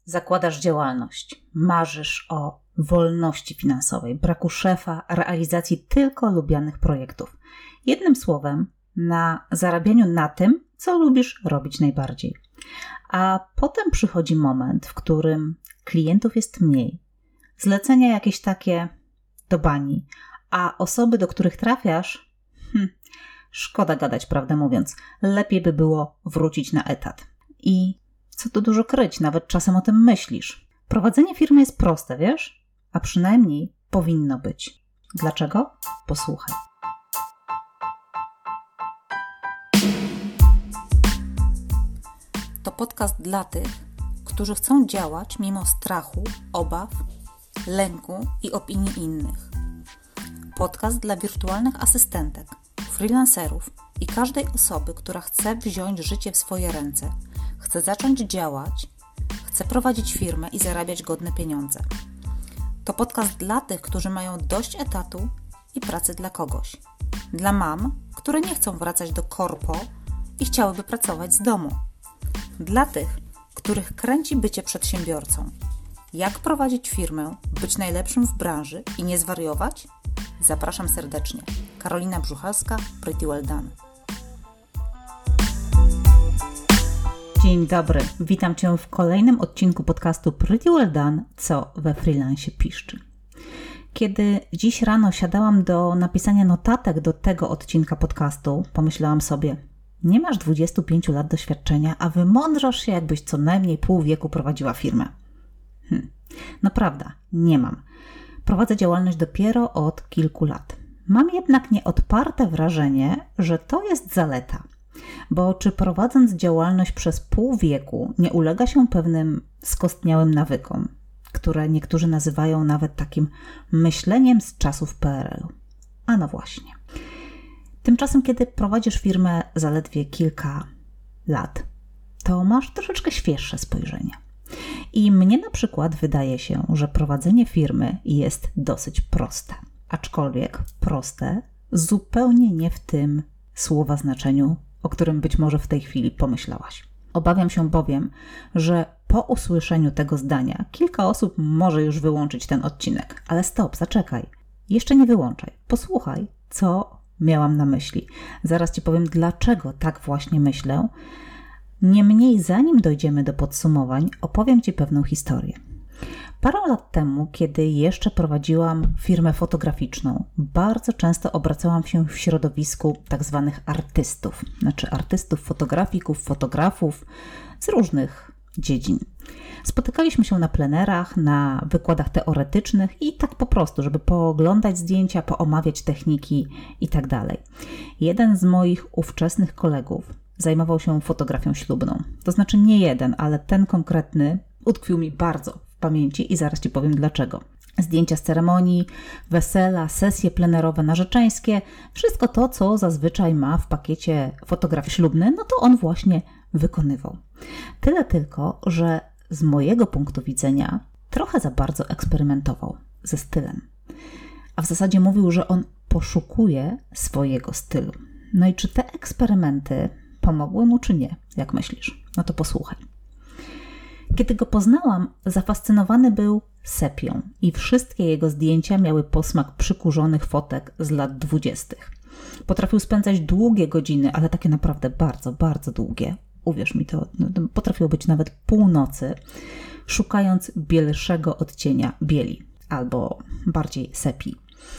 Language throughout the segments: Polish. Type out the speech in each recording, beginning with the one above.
zakładasz działalność, marzysz o wolności finansowej, braku szefa, realizacji tylko lubianych projektów. Jednym słowem, na zarabianiu na tym, co lubisz robić najbardziej. A potem przychodzi moment, w którym klientów jest mniej, zlecenia jakieś takie do bani, a osoby, do których trafiasz, szkoda gadać, prawdę mówiąc, lepiej by było wrócić na etat. I co tu dużo kryć, nawet czasem o tym myślisz. Prowadzenie firmy jest proste, wiesz? A przynajmniej powinno być. Dlaczego? Posłuchaj. To podcast dla tych, którzy chcą działać mimo strachu, obaw, lęku i opinii innych. Podcast dla wirtualnych asystentek, freelancerów i każdej osoby, która chce wziąć życie w swoje ręce, chce zacząć działać, chce prowadzić firmę i zarabiać godne pieniądze. To podcast dla tych, którzy mają dość etatu i pracy dla kogoś. Dla mam, które nie chcą wracać do korpo i chciałyby pracować z domu. Dla tych, których kręci bycie przedsiębiorcą. Jak prowadzić firmę, być najlepszym w branży i nie zwariować? Zapraszam serdecznie. Karolina Brzuchalska, Pretty Well Done. Dzień dobry, witam Cię w kolejnym odcinku podcastu Pretty Well Done, co we freelancie piszczy. Kiedy dziś rano siadałam do napisania notatek do tego odcinka podcastu, pomyślałam sobie, nie masz 25 lat doświadczenia, a wymądrzasz się, jakbyś co najmniej pół wieku prowadziła firmę. No prawda, nie mam. Prowadzę działalność dopiero od kilku lat. Mam jednak nieodparte wrażenie, że to jest zaleta. Bo czy prowadząc działalność przez pół wieku nie ulega się pewnym skostniałym nawykom, które niektórzy nazywają nawet takim myśleniem z czasów PRL-u? A no właśnie. Tymczasem, kiedy prowadzisz firmę zaledwie kilka lat, to masz troszeczkę świeższe spojrzenie. I mnie na przykład wydaje się, że prowadzenie firmy jest dosyć proste. Aczkolwiek proste zupełnie nie w tym słowa znaczeniu, o którym być może w tej chwili pomyślałaś. Obawiam się bowiem, że po usłyszeniu tego zdania kilka osób może już wyłączyć ten odcinek. Ale stop, zaczekaj. Jeszcze nie wyłączaj. Posłuchaj, co miałam na myśli. Zaraz Ci powiem, dlaczego tak właśnie myślę. Niemniej zanim dojdziemy do podsumowań, opowiem Ci pewną historię. Parę lat temu, kiedy jeszcze prowadziłam firmę fotograficzną, bardzo często obracałam się w środowisku tak zwanych artystów. Znaczy artystów, fotografików, fotografów z różnych dziedzin. Spotykaliśmy się na plenerach, na wykładach teoretycznych i tak po prostu, żeby pooglądać zdjęcia, poomawiać techniki itd. Jeden z moich ówczesnych kolegów zajmował się fotografią ślubną. To znaczy nie jeden, ale ten konkretny utkwił mi bardzo w pamięci i zaraz Ci powiem dlaczego. Zdjęcia z ceremonii, wesela, sesje plenerowe, narzeczeńskie, wszystko to, co zazwyczaj ma w pakiecie fotograf ślubny, no to on właśnie wykonywał. Tyle tylko, że z mojego punktu widzenia trochę za bardzo eksperymentował ze stylem. A w zasadzie mówił, że on poszukuje swojego stylu. No i czy te eksperymenty pomogły mu, czy nie? Jak myślisz? No to posłuchaj. Kiedy go poznałam, zafascynowany był sepią i wszystkie jego zdjęcia miały posmak przykurzonych fotek z lat 20. Potrafił spędzać długie godziny, ale takie naprawdę bardzo, bardzo długie. Uwierz mi, to potrafiło być nawet północy, szukając bielszego odcienia bieli albo bardziej sepii.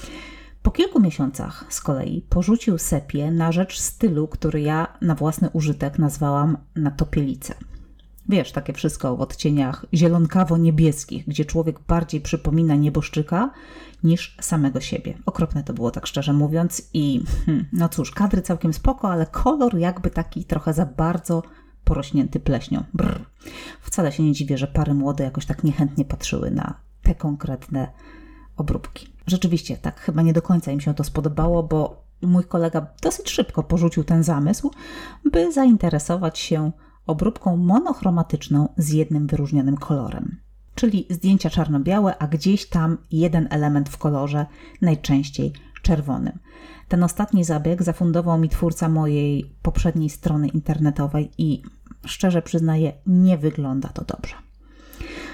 Po kilku miesiącach z kolei porzucił sepię na rzecz stylu, który ja na własny użytek nazwałam na topielice. Wiesz, takie wszystko w odcieniach zielonkawo-niebieskich, gdzie człowiek bardziej przypomina nieboszczyka niż samego siebie. Okropne to było, tak szczerze mówiąc. I no cóż, kadry całkiem spoko, ale kolor jakby taki trochę za bardzo porośnięty pleśnią. Brr. Wcale się nie dziwię, że pary młode jakoś tak niechętnie patrzyły na te konkretne obróbki. Rzeczywiście, tak chyba nie do końca im się to spodobało, bo mój kolega dosyć szybko porzucił ten zamysł, by zainteresować się obróbką monochromatyczną z jednym wyróżnionym kolorem. Czyli zdjęcia czarno-białe, a gdzieś tam jeden element w kolorze, najczęściej czerwonym. Ten ostatni zabieg zafundował mi twórca mojej poprzedniej strony internetowej i szczerze przyznaję, nie wygląda to dobrze.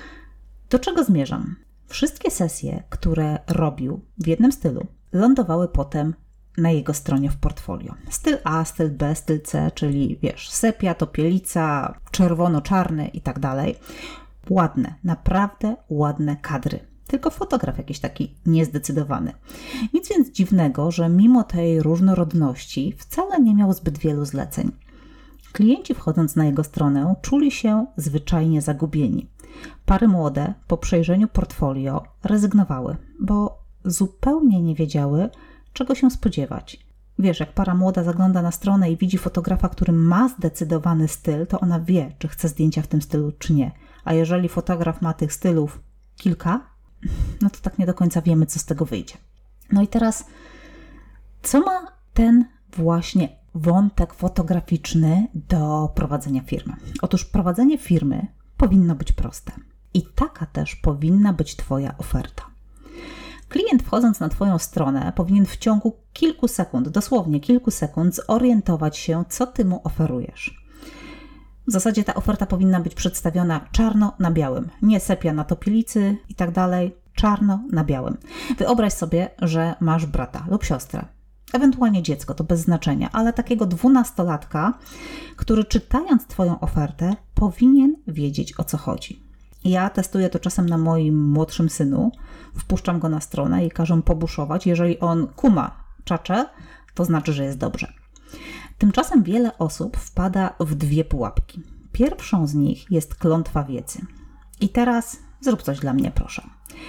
Do czego zmierzam? Wszystkie sesje, które robił w jednym stylu, lądowały potem na jego stronie w portfolio. Styl A, styl B, styl C, czyli sepia, topielica, czerwono-czarny i tak dalej. Ładne, naprawdę ładne kadry. Tylko fotograf jakiś taki niezdecydowany. Nic więc dziwnego, że mimo tej różnorodności wcale nie miał zbyt wielu zleceń. Klienci wchodząc na jego stronę czuli się zwyczajnie zagubieni. Pary młode po przejrzeniu portfolio rezygnowały, bo zupełnie nie wiedziały, czego się spodziewać. Jak para młoda zagląda na stronę i widzi fotografa, który ma zdecydowany styl, to ona wie, czy chce zdjęcia w tym stylu, czy nie. A jeżeli fotograf ma tych stylów kilka, no to tak nie do końca wiemy, co z tego wyjdzie. No i teraz, co ma ten właśnie wątek fotograficzny do prowadzenia firmy? Otóż prowadzenie firmy powinno być proste. I taka też powinna być Twoja oferta. Klient wchodząc na Twoją stronę powinien w ciągu kilku sekund, dosłownie kilku sekund, zorientować się, co Ty mu oferujesz. W zasadzie ta oferta powinna być przedstawiona czarno na białym. Nie sepia na topielicy i tak dalej, czarno na białym. Wyobraź sobie, że masz brata lub siostrę, ewentualnie dziecko, to bez znaczenia, ale takiego 12-latka, który czytając Twoją ofertę powinien wiedzieć, o co chodzi. Ja testuję to czasem na moim młodszym synu, wpuszczam go na stronę i każę pobuszować. Jeżeli on kuma czacze, to znaczy, że jest dobrze. Tymczasem wiele osób wpada w dwie pułapki. Pierwszą z nich jest klątwa wiedzy. I teraz zrób coś dla mnie, proszę.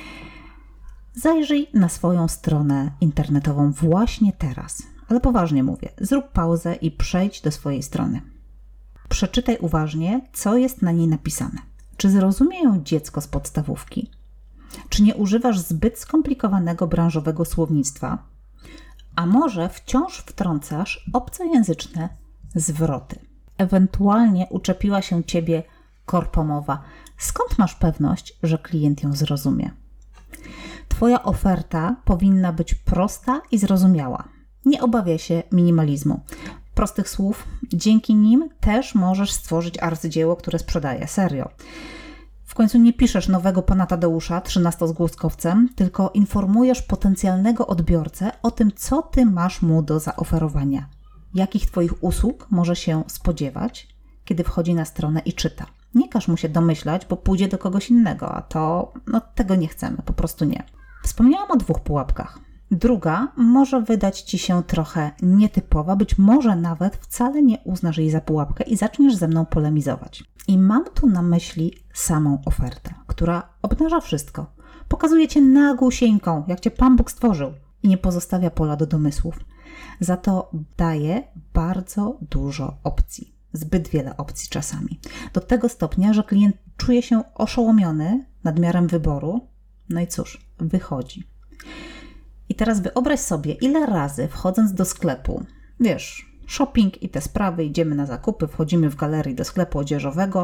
Zajrzyj na swoją stronę internetową właśnie teraz. Ale poważnie mówię, zrób pauzę i przejdź do swojej strony. Przeczytaj uważnie, co jest na niej napisane. Czy zrozumie ją dziecko z podstawówki? Czy nie używasz zbyt skomplikowanego branżowego słownictwa? A może wciąż wtrącasz obcojęzyczne zwroty? Ewentualnie uczepiła się Ciebie korpomowa. Skąd masz pewność, że klient ją zrozumie? Twoja oferta powinna być prosta i zrozumiała. Nie obawiaj się minimalizmu. Prostych słów, dzięki nim też możesz stworzyć arcydzieło, które sprzedaje. Serio. W końcu nie piszesz nowego pana Tadeusza 13-zgłoskowcem, tylko informujesz potencjalnego odbiorcę o tym, co ty masz mu do zaoferowania. Jakich twoich usług może się spodziewać, kiedy wchodzi na stronę i czyta. Nie każ mu się domyślać, bo pójdzie do kogoś innego, a to, tego nie chcemy, po prostu nie. Wspomniałam o dwóch pułapkach. Druga może wydać Ci się trochę nietypowa, być może nawet wcale nie uznasz jej za pułapkę i zaczniesz ze mną polemizować. I mam tu na myśli samą ofertę, która obnaża wszystko. Pokazuje Cię nagusieńką, jak Cię Pan Bóg stworzył i nie pozostawia pola do domysłów. Za to daje bardzo dużo opcji. Zbyt wiele opcji czasami. Do tego stopnia, że klient czuje się oszołomiony nadmiarem wyboru. No i cóż, wychodzi. I teraz wyobraź sobie, ile razy wchodząc do sklepu, shopping i te sprawy, idziemy na zakupy, wchodzimy w galerii do sklepu odzieżowego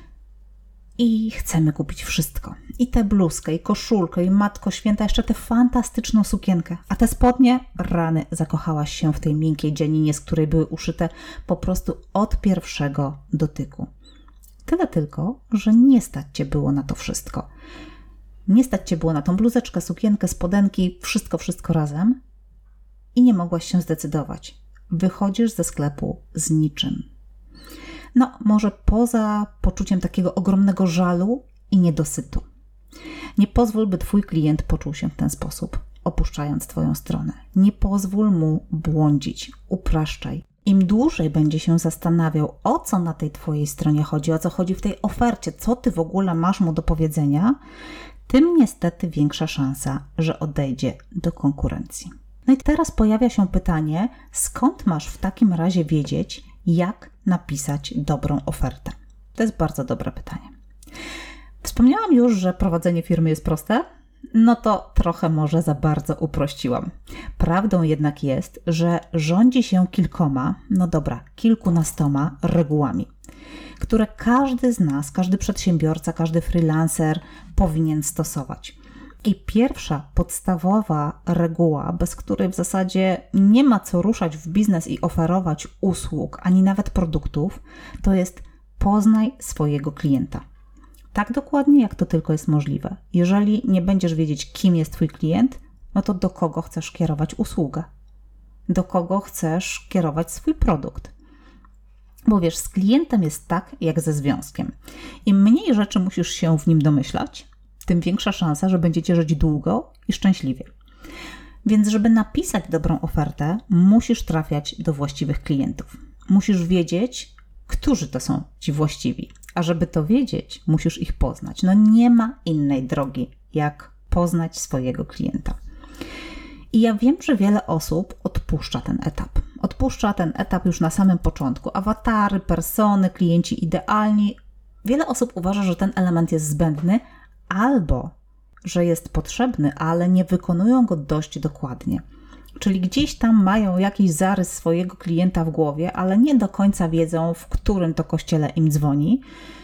i chcemy kupić wszystko. I tę bluzkę, i koszulkę, i Matko Święta, jeszcze tę fantastyczną sukienkę. A te spodnie? Rany, zakochałaś się w tej miękkiej dzianinie, z której były uszyte po prostu od pierwszego dotyku. Tyle tylko, że nie stać Cię było na to wszystko. Nie stać Cię było na tą bluzeczkę, sukienkę, spodenki, wszystko razem i nie mogłaś się zdecydować. Wychodzisz ze sklepu z niczym. Może poza poczuciem takiego ogromnego żalu i niedosytu. Nie pozwól, by Twój klient poczuł się w ten sposób, opuszczając Twoją stronę. Nie pozwól mu błądzić, upraszczaj. Im dłużej będzie się zastanawiał, o co na tej Twojej stronie chodzi, o co chodzi w tej ofercie, co Ty w ogóle masz mu do powiedzenia, tym niestety większa szansa, że odejdzie do konkurencji. No i teraz pojawia się pytanie, skąd masz w takim razie wiedzieć, jak napisać dobrą ofertę? To jest bardzo dobre pytanie. Wspomniałam już, że prowadzenie firmy jest proste? To trochę może za bardzo uprościłam. Prawdą jednak jest, że rządzi się kilkunastoma regułami, które każdy z nas, każdy przedsiębiorca, każdy freelancer powinien stosować. I pierwsza podstawowa reguła, bez której w zasadzie nie ma co ruszać w biznes i oferować usług, ani nawet produktów, to jest poznaj swojego klienta. tak dokładnie, jak to tylko jest możliwe. Jeżeli nie będziesz wiedzieć, kim jest Twój klient, no to do kogo chcesz kierować usługę? Do kogo chcesz kierować swój produkt? Bo wiesz, z klientem jest tak, jak ze związkiem. Im mniej rzeczy musisz się w nim domyślać, tym większa szansa, że będziecie żyć długo i szczęśliwie. Więc żeby napisać dobrą ofertę, musisz trafiać do właściwych klientów. Musisz wiedzieć, którzy to są ci właściwi. A żeby to wiedzieć, musisz ich poznać. No nie ma innej drogi, jak poznać swojego klienta. I ja wiem, że wiele osób odpuszcza ten etap. Odpuszcza ten etap już na samym początku. Awatary, persony, klienci idealni. Wiele osób uważa, że ten element jest zbędny albo że jest potrzebny, ale nie wykonują go dość dokładnie. Czyli gdzieś tam mają jakiś zarys swojego klienta w głowie, ale nie do końca wiedzą, w którym to kościele im dzwoni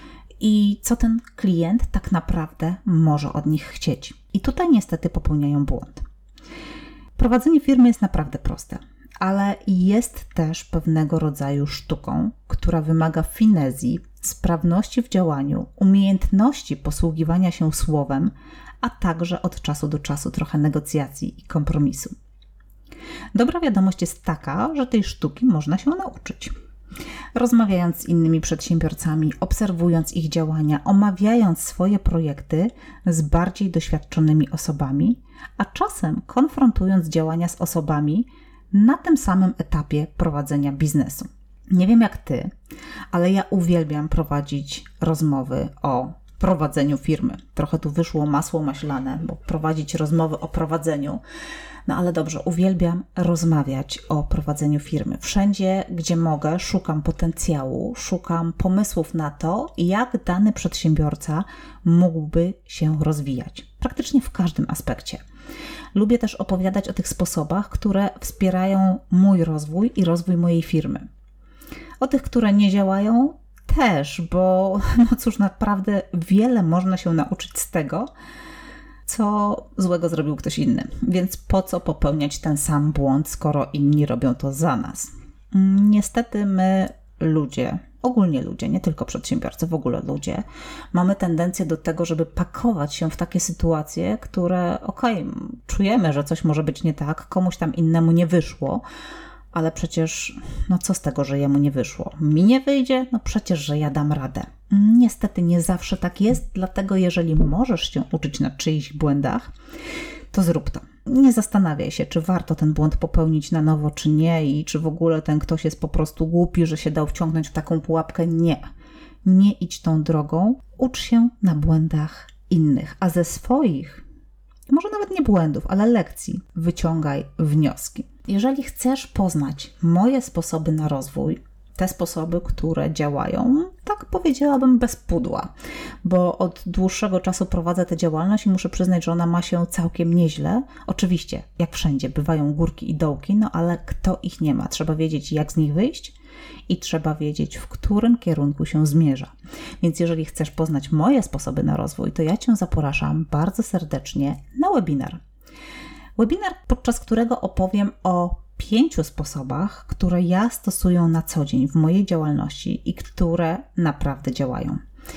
i co ten klient tak naprawdę może od nich chcieć. I tutaj niestety popełniają błąd. Prowadzenie firmy jest naprawdę proste, ale jest też pewnego rodzaju sztuką, która wymaga finezji, sprawności w działaniu, umiejętności posługiwania się słowem, a także od czasu do czasu trochę negocjacji i kompromisu. Dobra wiadomość jest taka, że tej sztuki można się nauczyć. Rozmawiając z innymi przedsiębiorcami, obserwując ich działania, omawiając swoje projekty z bardziej doświadczonymi osobami, a czasem konfrontując działania z osobami na tym samym etapie prowadzenia biznesu. Nie wiem jak Ty, ale ja uwielbiam prowadzić rozmowy o prowadzeniu firmy. Trochę tu wyszło masło maślane, bo prowadzić rozmowy o prowadzeniu. No ale dobrze, uwielbiam rozmawiać o prowadzeniu firmy. Wszędzie, gdzie mogę, szukam potencjału, szukam pomysłów na to, jak dany przedsiębiorca mógłby się rozwijać. Praktycznie w każdym aspekcie. Lubię też opowiadać o tych sposobach, które wspierają mój rozwój i rozwój mojej firmy. O tych, które nie działają, też, bo no cóż, naprawdę wiele można się nauczyć z tego, co złego zrobił ktoś inny. Więc po co popełniać ten sam błąd, skoro inni robią to za nas? Niestety my ludzie, ogólnie ludzie, nie tylko przedsiębiorcy, w ogóle ludzie, mamy tendencję do tego, żeby pakować się w takie sytuacje, które czujemy, że coś może być nie tak, komuś tam innemu nie wyszło, ale przecież, no co z tego, że jemu nie wyszło? Mi nie wyjdzie? No przecież, że ja dam radę. Niestety nie zawsze tak jest, dlatego jeżeli możesz się uczyć na czyichś błędach, to zrób to. Nie zastanawiaj się, czy warto ten błąd popełnić na nowo, czy nie i czy w ogóle ten ktoś jest po prostu głupi, że się dał wciągnąć w taką pułapkę. Nie. Nie idź tą drogą. Ucz się na błędach innych, a ze swoich, może nawet nie błędów, ale lekcji, wyciągaj wnioski. Jeżeli chcesz poznać moje sposoby na rozwój, te sposoby, które działają, tak powiedziałabym, bez pudła, bo od dłuższego czasu prowadzę tę działalność i muszę przyznać, że ona ma się całkiem nieźle. Oczywiście, jak wszędzie, bywają górki i dołki, no ale kto ich nie ma? Trzeba wiedzieć, jak z nich wyjść i trzeba wiedzieć, w którym kierunku się zmierza. Więc jeżeli chcesz poznać moje sposoby na rozwój, to ja Cię zapraszam bardzo serdecznie na webinar. Webinar, podczas którego opowiem o 5 sposobach, które ja stosuję na co dzień w mojej działalności i które naprawdę działają.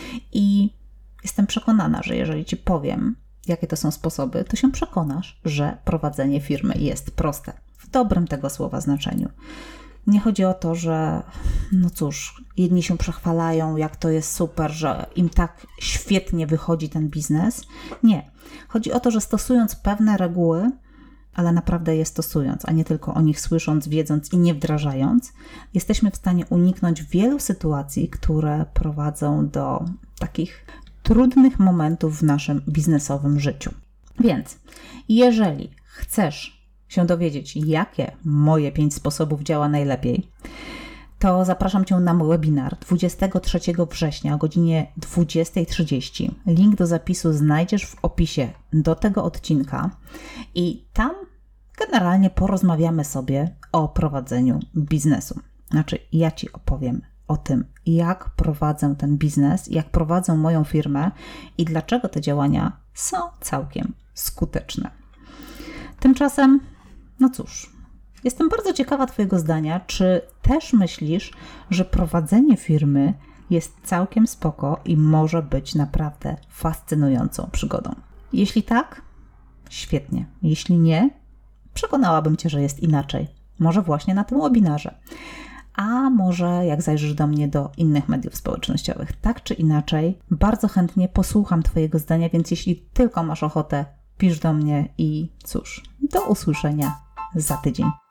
I jestem przekonana, że jeżeli Ci powiem, jakie to są sposoby, to się przekonasz, że prowadzenie firmy jest proste. W dobrym tego słowa znaczeniu. Nie chodzi o to, że no cóż, jedni się przechwalają, jak to jest super, że im tak świetnie wychodzi ten biznes. Nie. Chodzi o to, że stosując pewne reguły, ale naprawdę je stosując, a nie tylko o nich słysząc, wiedząc i nie wdrażając, jesteśmy w stanie uniknąć wielu sytuacji, które prowadzą do takich trudnych momentów w naszym biznesowym życiu. Więc jeżeli chcesz się dowiedzieć, jakie moje 5 sposobów działa najlepiej, to zapraszam Cię na mój webinar 23 września o godzinie 20:30. Link do zapisu znajdziesz w opisie do tego odcinka i tam generalnie porozmawiamy sobie o prowadzeniu biznesu. Znaczy, ja Ci opowiem o tym, jak prowadzę ten biznes, jak prowadzę moją firmę i dlaczego te działania są całkiem skuteczne. Tymczasem, no cóż, jestem bardzo ciekawa Twojego zdania, czy też myślisz, że prowadzenie firmy jest całkiem spoko i może być naprawdę fascynującą przygodą. Jeśli tak, świetnie. Jeśli nie, przekonałabym Cię, że jest inaczej. Może właśnie na tym webinarze. A może jak zajrzysz do mnie do innych mediów społecznościowych. Tak czy inaczej, bardzo chętnie posłucham Twojego zdania, więc jeśli tylko masz ochotę, pisz do mnie i cóż, do usłyszenia za tydzień.